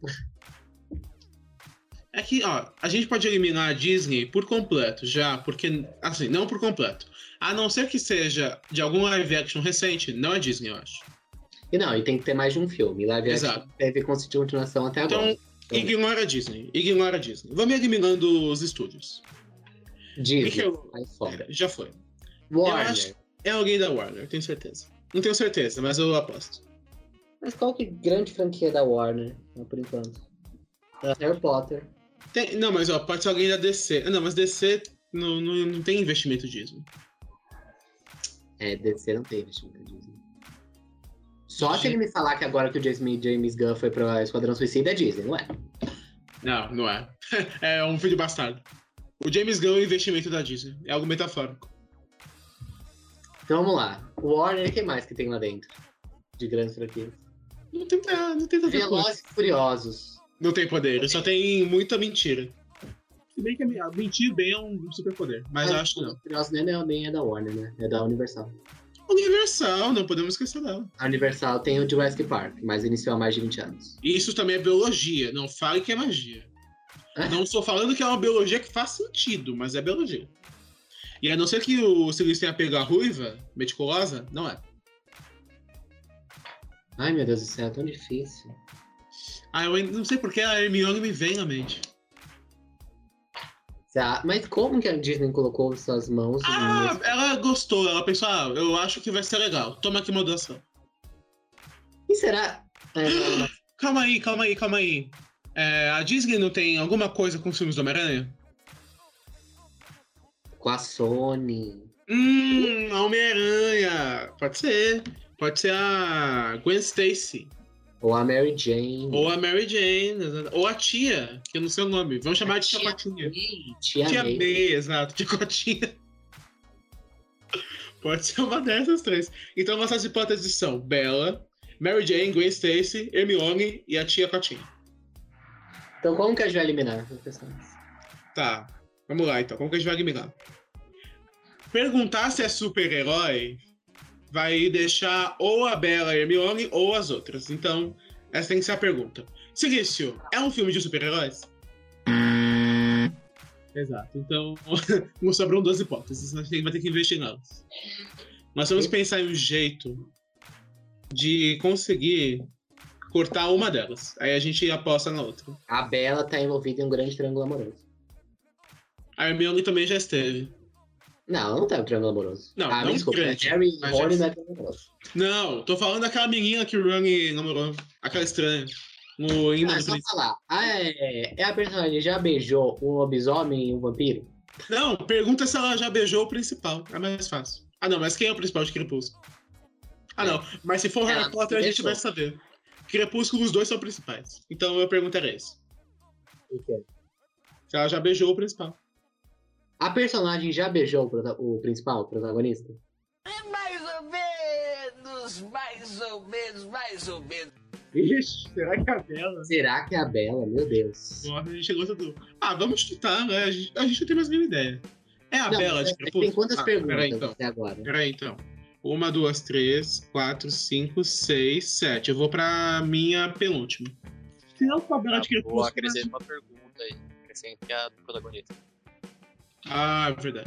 É que, ó, a gente pode eliminar a Disney por completo, já, porque, assim, não por completo. A não ser que seja de algum live action recente, não é Disney, eu acho. E não, e tem que ter mais de um filme. Live action Exato. teve continuação até agora. Então, ignora a Disney, ignora a Disney. Vamos eliminando os estúdios. Disney, Michael- sai fora. Já foi. Eu Warner. acho- É alguém da Warner, tenho certeza. Não tenho certeza, mas eu aposto. Mas qual que grande franquia da Warner, né, por enquanto? É Harry Potter. Tem- não, mas ó, pode ser alguém da D C. Ah, não, mas D C não, não, não tem investimento Disney. É, D C não tem investimento da Disney. Só se ele me falar que agora que o James, James Gunn foi pra Esquadrão Suicida é Disney, não é? Não, não é. É um filho bastardo. O James Gunn é o investimento da Disney. É algo metafórico. Então vamos lá. O Warner, o que mais que tem lá dentro? De grandes franquias. Não tem, ah, não tem tanta coisa. Velozes e Furiosos. Não tem poder, só tem muita mentira. Se bem que a mentir bem é um superpoder, mas eu acho que não. Furiosos nem é, nem é da Warner, né? É da Universal. Universal, não podemos esquecer dela. A Universal tem o Jurassic Park, mas iniciou há mais de vinte anos. Isso também é biologia, não fale que é magia. Não estou falando que é uma biologia que faz sentido, mas é biologia. E a não ser que o Silvio tenha pego a ruiva, meticulosa, não é. Ai, meu Deus do céu, é tão difícil. Ah, eu ainda não sei porque a Hermione me vem à mente. Tá, mas como que a Disney colocou em suas mãos? Ah, nesse- ela gostou, ela pensou, ah, eu acho que vai ser legal. Toma aqui uma doação. E será? É, Calma aí, calma aí, calma aí. É, a Disney não tem alguma coisa com os filmes do Homem-Aranha? com a Sony. Hum, a Homem-Aranha. Pode ser. Pode ser a Gwen Stacy. Ou a Mary Jane. Ou a Mary Jane. exato. Ou a tia, que eu não sei o nome. Vamos chamar de Tia Cotinha. May, Tia, Tia May. May, exato. De Cotinha. Pode ser uma dessas três. Então nossas hipóteses são Bella, Mary Jane, Gwen Stacy, Hermione e a Tia Cotinha. Então como que a gente vai eliminar essas pessoas? Tá, vamos lá então. Como que a gente vai eliminar? Perguntar se é super-herói vai deixar ou a Bella e a Hermione ou as outras. Então, essa tem que ser a pergunta. Silício, é um filme de super-heróis? Exato. Então, nos sobram duas hipóteses. A gente vai ter que investigá-las. Nós vamos pensar em um jeito de conseguir cortar uma delas. Aí a gente aposta na outra. A Bella tá envolvida em um grande triângulo amoroso. A Hermione também já esteve. Não, não tá um triângulo amoroso. Não, ah, não me desculpa, grande, Harry e mas Rony já- não é triângulo amoroso. Não, tô falando daquela menina que o Ron namorou. Aquela estranha. No Hino Ah, é do só Príncipe. falar. Ah, é, é a personagem já beijou um lobisomem e um vampiro? Não, pergunta se ela já beijou o principal. É mais fácil. Ah, não, mas quem é o principal de Crepúsculo? Ah, não. Mas se for Ela Harry Potter, a gente beijou. vai saber. Crepúsculo, os dois são principais. Então eu pergunto era esse. O quê? Se ela já beijou o principal. A personagem já beijou o, prota- o principal, o protagonista? É mais ou menos, mais ou menos, mais ou menos. Ixi, será que é a Bela? Será que é a Bella? Meu Deus. Nossa, a gente chegou tudo. Ah, vamos chutar, né? A gente, a gente não tem mais nenhuma ideia. É a Não, Bela mas de é- Crepúsculo? tem quantas ah, perguntas Peraí, então. até agora? Peraí, então. Uma, duas, três, quatro, cinco, seis, sete. Eu vou pra minha penúltima. Se não for a Bela de Vou Crepúsculo... acrescentar uma pergunta aí. Acrescente a do protagonista. Ah, verdade.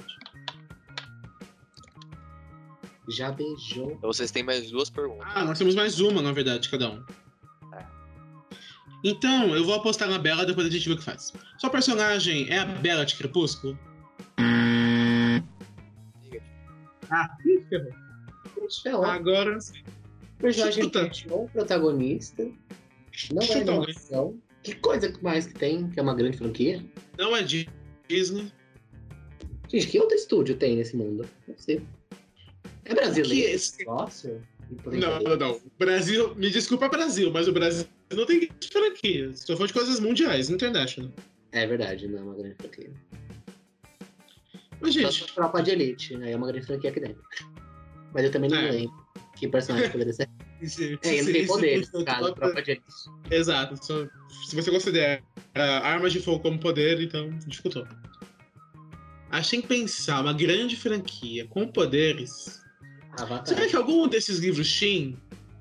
Já beijou. Então vocês têm mais duas perguntas. Ah, nós temos mais uma, na verdade, cada um. Então, eu vou apostar na Bela, depois a gente vê o que faz. Sua personagem é a Bela de Crepúsculo? Ah, ih, ferrou. Então, a Agora... personagem chuta. beijou o protagonista. Não é Chuta alguém. animação. Que coisa que mais que tem, que é uma grande franquia? Não é de Disney. Gente, que outro estúdio tem nesse mundo? Não sei. É Que brasileiro esse- esse negócio? E por Não, aí. não, não. Brasil, me desculpa, Brasil, mas o Brasil não tem franquia. Só for de coisas mundiais, international. É verdade, não é uma grande franquia. Mas, Só gente, se for Tropa de Elite, né? É uma grande franquia aqui dentro. Mas eu também não É. lembro que personagem poderia ser. isso- É, ele não isso- tem isso- poder, isso- no caso, Tropa de Elite. Exato. Só- se você considera armas de fogo como poder, então dificultou. Achei que pensar uma grande franquia com poderes. Avatar. Será que algum desses livros Shin?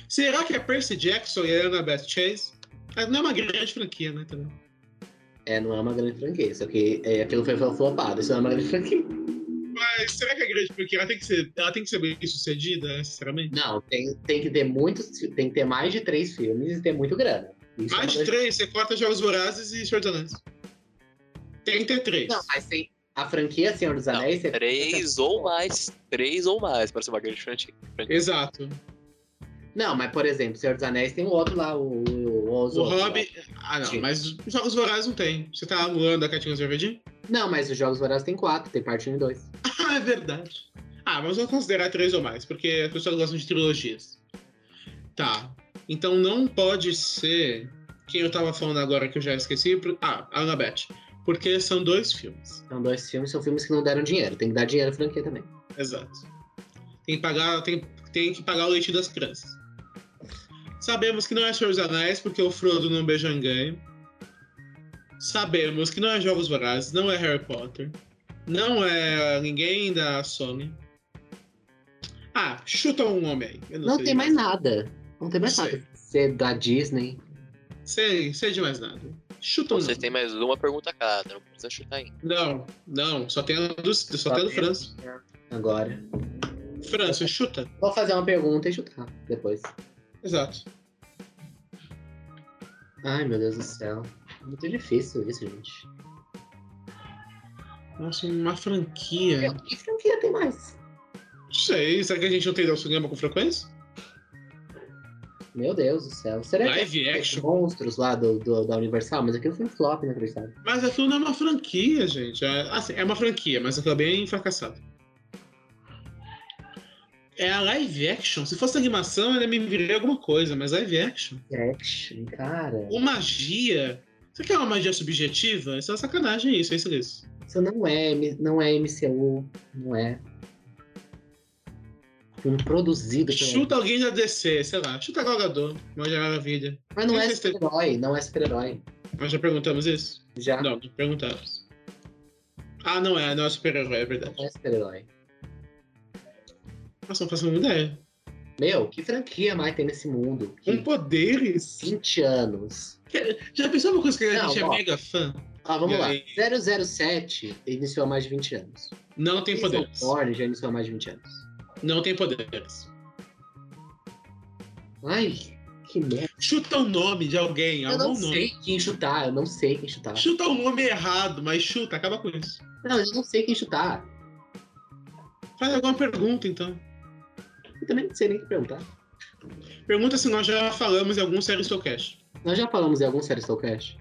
Será que é Percy Jackson e Annabeth Chase? Ah, não é uma grande franquia, né? Também. É, não é uma grande franquia, só que é, aquilo foi flopado, isso não é uma grande franquia. Mas será que é grande franquia? Ela tem que ser, ela tem que ser bem sucedida, sinceramente? Não, tem, tem que ter muitos. Tem que ter mais de três filmes e ter muito grana. Isso Mais é de uma grande- três, você corta Jogos Vorazes e Senhor dos Anéis. Tem que ter três. Não, mas tem. A franquia Senhor dos Anéis. Não, você- três ou mais. Três ou mais para ser uma grande franquia. Exato. Não, mas por exemplo, Senhor dos Anéis tem o outro lá, o. O, os O outros Hobbit. lá. Ah, não, Sim. mas os Jogos Vorazes não tem. Você tá anulando a Catinha Cervedinho? Não, mas os Jogos Vorazes tem quatro, tem parte um e dois. Ah, é verdade. Ah, mas vamos considerar três ou mais, porque as pessoas gostam de trilogias. Tá. Então não pode ser. Quem eu tava falando agora que eu já esqueci. por- Ah, Annabeth. Porque são dois filmes. São dois filmes, são filmes que não deram dinheiro. Tem que dar dinheiro à franquia também. Exato. Tem que pagar, tem, tem que pagar o leite das crianças. Sabemos que não é Senhor dos Anéis, porque o Frodo não beija ninguém. Sabemos que não é Jogos Vorazes, não é Harry Potter. Não é ninguém da Sony. Ah, chuta um nome aí. Eu não, Não sei tem de mais nada. Não tem mais Sei. nada. Ser da Disney. Sei, sei de mais nada. Chuta um Vocês nome. têm mais uma pergunta cada, não precisa chutar ainda. Não, não, só tem a do, só tem a do França. Agora. França, chuta. Vou fazer uma pergunta e chutar depois. Exato. Ai, meu Deus do céu. Muito difícil isso, gente. Nossa, uma franquia. Meu, que franquia tem mais? Não sei, será que a gente não tem Nelson Gama com frequência? Meu Deus do céu. Será que Live é action? monstros lá do, do, da Universal? Mas aquilo foi um flop, inacreditável. Mas aquilo não é uma franquia, gente. É, assim, é uma franquia, mas aquilo é bem fracassado. É a live action. Se fosse animação, ainda me viria alguma coisa, mas live action. Action, cara. Ou magia. Você quer uma magia subjetiva? Isso é uma sacanagem, isso, é isso, é isso. Isso não é, não é M C U. Não é. Filme produzido pela- Chuta alguém da D C, sei lá. Chuta Gal Gadot, Mulher Maravilha. Mas não Quem é vocês têm? super-herói. Não é super-herói. Nós já perguntamos isso? Já Não, não perguntamos. Ah, não é, não é super-herói, é verdade. não é super-herói. Nossa, não faço a mínima ideia. Meu, que franquia mais tem nesse mundo? Com Que poderes? vinte anos. Já pensou uma coisa que a Não, gente é ó. mega fã? Ah, vamos E lá. aí? zero zero sete iniciou há mais de vinte anos. Não tem Jason poderes. Bourne já iniciou há mais de vinte anos. Não tem poderes. Ai, que merda. Chuta o nome de alguém, Eu algum não nome. sei quem chutar, eu não sei quem chutar. Chuta o nome errado, mas chuta, acaba com isso. Não, eu não sei quem chutar. Faz alguma pergunta, então. Eu também não sei nem o que perguntar. Pergunta se nós já falamos em algum série Stocast. Nós já falamos em algum série Soulcast.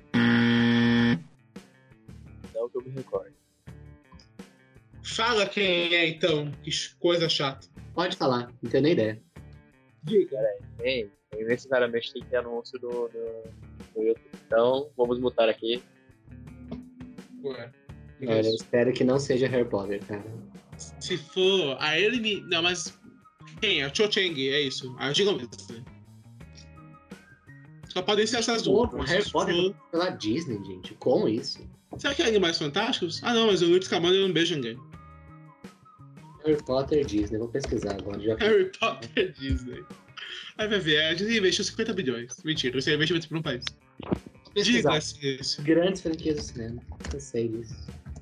Não que eu me recordo. Fala quem é, então. Que coisa chata. Pode falar, não tenho nem ideia. Tem, tem necessariamente tem que ter anúncio do, do, do YouTube. Então, vamos mutar aqui. Ué. Olha, eu espero que não seja Harry Potter, cara. Se for a ele me. Não, mas. Quem é? Cho Chang, é isso. Ah, digam mesmo. Só podem ser essas duas. Pô, Harry Se Potter for- pela Disney, gente. Como isso? Será que é Animais Fantásticos? Ah, não, mas o Luke Scamander não beija ninguém. Harry Potter Disney, vou pesquisar agora. Já... Harry Potter Disney. Aí vai ver, a Disney investiu cinquenta bilhões. Mentira, isso é investimento para um país. pesquisar. Diga-se isso. Grandes franquias do cinema. Eu sei disso.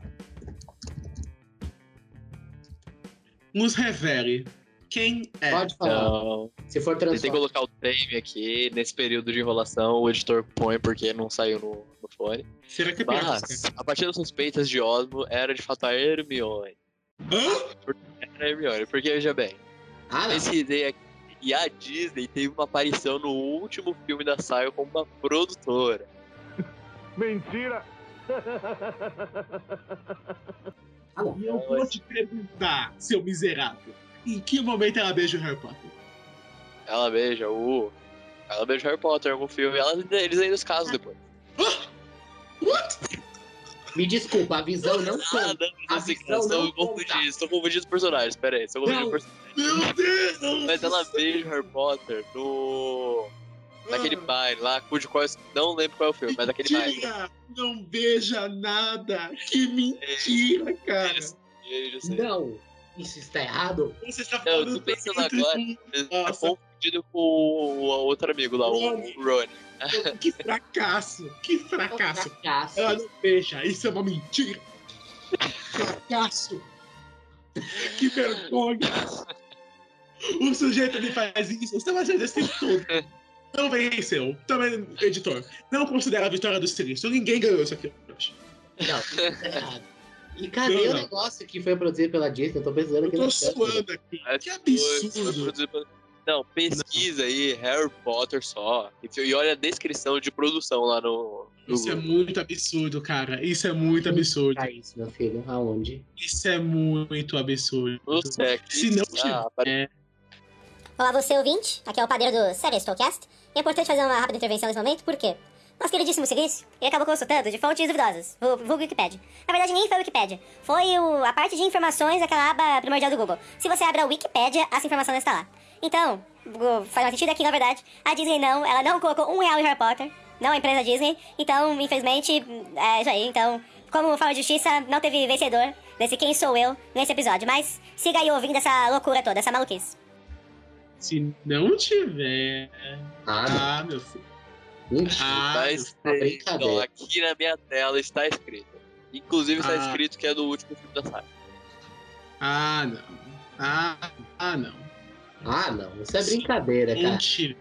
Nos revele quem é. Pode falar. Então, Se for tentei Transformers. colocar o frame aqui. Nesse período de enrolação, o editor põe porque não saiu no, no fone. Será que é pior? Mas, a partir das suspeitas de Osmo, era de fato a Hermione. Hã? Era a Hermione, porque veja bem, Ah, não. esse ideia aqui, e a Disney teve uma aparição no último filme da saga como uma produtora. Mentira! Ah, não. E eu vou te perguntar, seu miserável, em que momento ela beija o Harry Potter? Ela beija o. Ela beija o Harry Potter em algum filme. Ela, eles ainda se casam depois. Me desculpa, a visão não Ah, conta. não, A não sei, visão estou não confundindo, conta. estou confundindo os personagens. Pera aí, estou confundindo Não. os personagens. Meu Deus! Mas ela beija o Harry Potter no. Naquele baile lá, cujo qual eu não lembro qual é o filme, mas naquele baile. Mentira! Não beija nada! Que mentira, cara! Beijo, assim. Não. Isso está errado? Você está Não, eu falando tô pensando coisa agora. de- Você tá Nossa. escondido com o outro amigo lá, o Rony. Rony. Que fracasso! Que fracasso! Fracasso. Ela não beija, isso é uma mentira! Fracasso! Que vergonha! O sujeito me faz isso, você vai fazer esse tempo todo. Não venceu. Também, editor, não considera a vitória do Silício. Ninguém ganhou isso aqui hoje. Não, isso é errado. E cadê Não, o não. negócio que foi produzido pela Disney? Eu tô pensando Eu aqui tô no suando aqui. Mas Que foi- absurdo! foi produzido pelo- Não, pesquisa aí, Harry Potter só. E, e olha a descrição de produção lá no, no Isso é Google. muito absurdo, cara. Isso é muito absurdo. Ah, isso, meu filho. Aonde? Isso é muito absurdo. No sexo. Se não Ah, apare- tiver. Olá, você ouvinte, aqui é o padeiro do Série Stocast, e é importante fazer uma rápida intervenção nesse momento, por quê? Nosso queridíssimo Silício, ele acabou consultando de fontes duvidosas, o vulgo Wikipedia. Na verdade, nem foi a Wikipedia, foi o- a parte de informações daquela aba primordial do Google. Se você abre a Wikipedia, essa informação está lá. Então, o- faz mais sentido aqui, na verdade, a Disney não, ela não colocou um real em Harry Potter, não a empresa Disney, então, infelizmente, é isso aí. Então, como forma de justiça, não teve vencedor desse Quem Sou Eu nesse episódio, mas siga aí ouvindo essa loucura toda, essa maluquice. Se não tiver. Ah, Ah, meu filho. mentira. Ah, Tá meu escrito, brincadeira. ó, aqui na minha tela está escrito. Inclusive está Ah. escrito que é do último filme da saga. Ah, não. Ah, ah não. Ah, não. Isso é brincadeira, Não cara. tiver.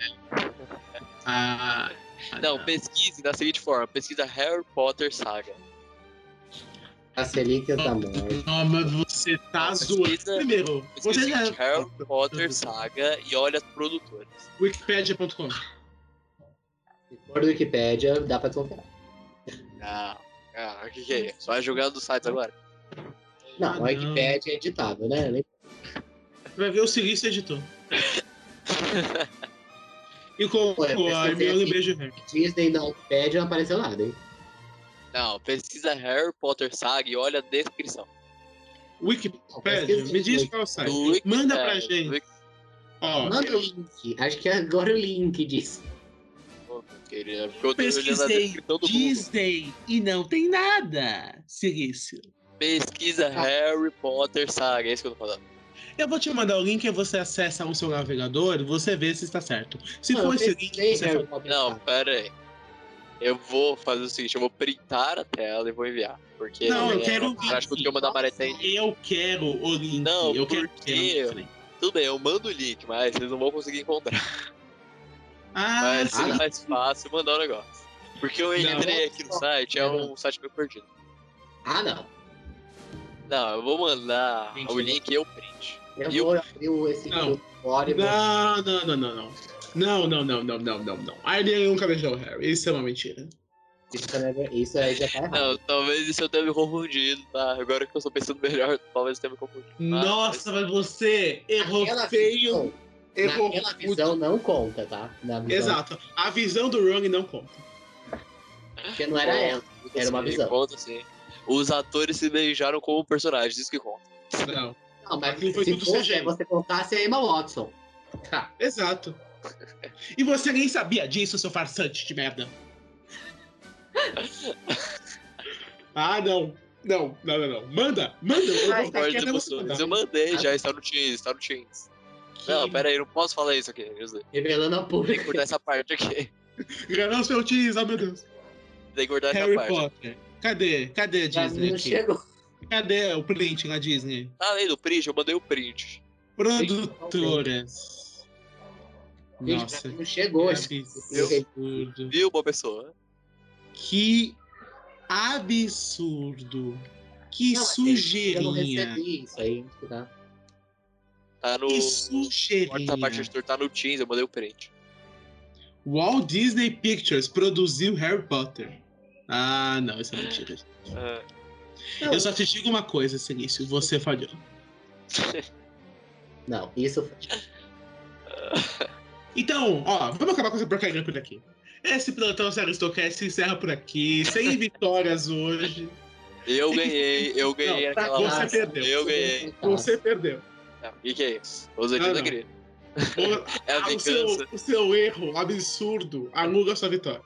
Ah. ah, Não, pesquise da seguinte forma: pesquisa Harry Potter Saga. A relíquia da morte. Não, mas você tá Não, zoando. pesquisa- Primeiro, Pesquisa você já. seguinte, Harry Potter Saga e olha as produtoras. Wikipedia ponto com. Se for do Wikipédia, dá pra desconfiar. Ah, ah, o que, que é isso? Só é jogando dos sites agora. Não, Ah, a Wikipédia é editável, né? Nem- Vai ver o Silício editor. E colocou Ué, a pesquisei Hermione aqui. Beijo Verde. Disney na Wikipédia não apareceu nada, hein? Não, pesquisa Harry Potter Saga e olha a descrição. Wikipedia, me diz qual é o site. Do Wiki- Manda pra é, gente. do Wiki- Ó, Manda o link. Acho que agora o link disso. Pô, querida, porque eu tô olhando a pesquisei descrição do Google. Disney e não tem nada, Silício. Pesquisa Harry Potter Saga, é isso que eu tô falando. Eu vou te mandar o link e você acessa o seu navegador e você vê se está certo. Se Não, for eu esse link, pesquisei você Harry fala, Potter Não, Saga. pera aí. Eu vou fazer o seguinte, eu vou printar a tela e vou enviar. Porque Não, eu é, quero o eu acho que o link. que eu mandar a Maré tem. eu quero o link. Não, eu quero porque- ver na frente. Tudo bem, eu mando o link, mas vocês não vão conseguir encontrar. Ah, Mas sim. seria mais fácil mandar o negócio. Porque eu Não. entrei aqui no site, é um site meio perdido. Ah, não. Não, eu vou mandar Mentira. o link e eu print. Eu E vou abrir o- esse Não. fora e vou... Não, não, não, não, não. Não, não, não, não, não, não, não. A Hermione nunca beijou o Harry. Isso é uma mentira. Isso, também é- isso aí já tá errado. Não, talvez isso eu tenha me confundido, tá? Agora que eu estou pensando melhor, talvez eu tenha me confundido. Ah, Nossa, mas você errou Naquela feio. visão, Errou naquela muito. visão não conta, tá? Na visão, Exato. A visão do Ron não conta. Porque não era ela, era uma sim, visão. Conta sim. Os atores se beijaram como personagens, isso que conta. Não. Não, mas Aquilo foi se tudo fosse, C G I. você contasse a Emma Watson. Tá. Exato. E você nem sabia disso, seu farsante de merda. Ah, não. Não, não, não, não. Manda, manda. Eu vou Ai, ficar Pode aqui até você emoções. mandar. Eu mandei já, está no Teams, está no Teams. Não, pera aí, não posso falar isso aqui. José. Revelando a Tem que público. cortar essa parte aqui. Gravando seu teaser, oh meu Deus. Tem que cortar Harry essa parte. Potter. Cadê? Cadê a Já Disney não aqui? chegou. Cadê o print na Disney? Tá além do print, eu mandei o print. Produtoras. Gente, Nossa, pra mim não chegou. que esse- absurdo. Viu, boa pessoa? Que absurdo. Que Não, mas Eu não sujeirinha. recebi isso aí. Tá? Tá no. Que Corta sujeirinha. a parte do editor, tá no Teams, eu mandei o print. Walt Disney Pictures produziu Harry Potter. Ah, não, isso é mentira. Ah, Eu só te digo uma coisa, Silício, você falhou. Não, isso Então, ó, vamos acabar com essa porcaria por aqui. Esse plantão Série Stocast se encerra por aqui, sem vitórias hoje. eu ganhei, eu ganhei Não, naquela você hora. perdeu. Eu ganhei. Você perdeu. Não, o que, que é isso? Ousadia Ah, da não. querida. O, É a ah, o, seu, vingança. o seu erro absurdo anula a sua vitória.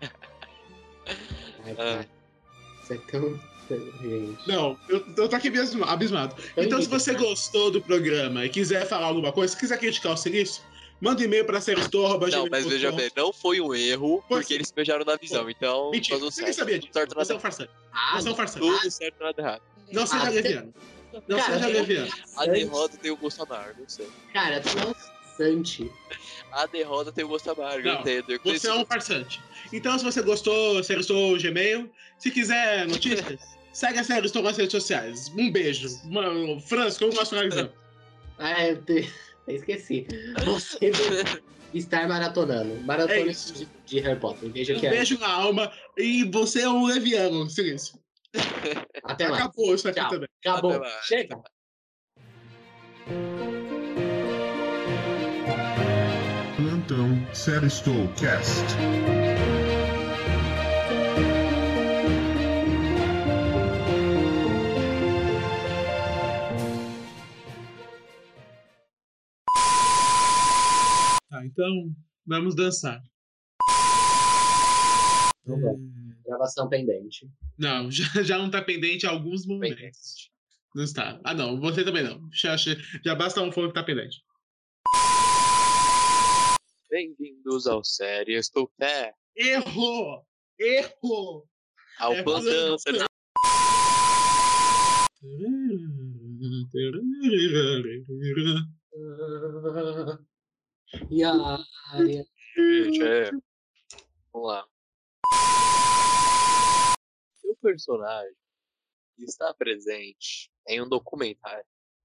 Ai, Ah. cara. Isso é tão. Gente. Não, eu, eu tô aqui mesmo abismado. Eu Então, se entendi. você gostou do programa e quiser falar alguma coisa, se quiser criticar o Silício, Manda um e-mail pra seriestou. Não, mas veja bem, não foi um erro, Foi porque sim. eles beijaram na visão, então Mentira, tudo você nem certo. sabia Tudo disso. certo, nada Você é um errado. farsante. Ah, Você é um farsante. Tudo certo, nada errado. Não seja Ah, você- leviano. Não Cara, seja você- leviano. A derrota tem o gosto amargo, não sei. Cara, tu é um farsante. A derrota tem o gosto amargo, eu Não, entendo. Eu Você é um farsante. Então, se você gostou, Seriestou Gmail. Se quiser notícias, segue a Seriestou nas redes sociais. Um beijo. Mano, Franz, como nós finalizamos? Ah, eu, te... eu esqueci. Você deve estar maratonando. Maratona É isso. de, de Harry Potter. Veja Um que é. beijo na alma. E você é um leviano, silêncio. Até mais. Acabou isso aqui Tchau. também. Acabou. Até mais. Chega. Plantão Seriestou Cast. Tá, então, vamos dançar. Vamos lá. Gravação pendente. Não, já, já não tá pendente há alguns momentos. Não está. Ah, não, você também não. Já, já basta um fone que tá pendente. Bem-vindos ao Série Estou Pé, Errou! Errou! ao É plantão plantão. Série E a. Gente, é. Vamos lá. Seu personagem está presente em um documentário.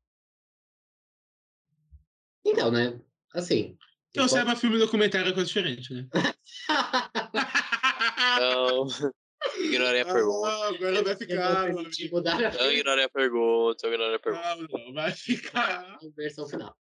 Então, né? Assim. Eu saiba, filme documentário é coisa diferente, né? Não, ignorei a pergunta. Ah, agora vai ficar. De mudar a Não ignorei a pergunta, eu ignorei a pergunta. Não, não, vai ficar. versão final.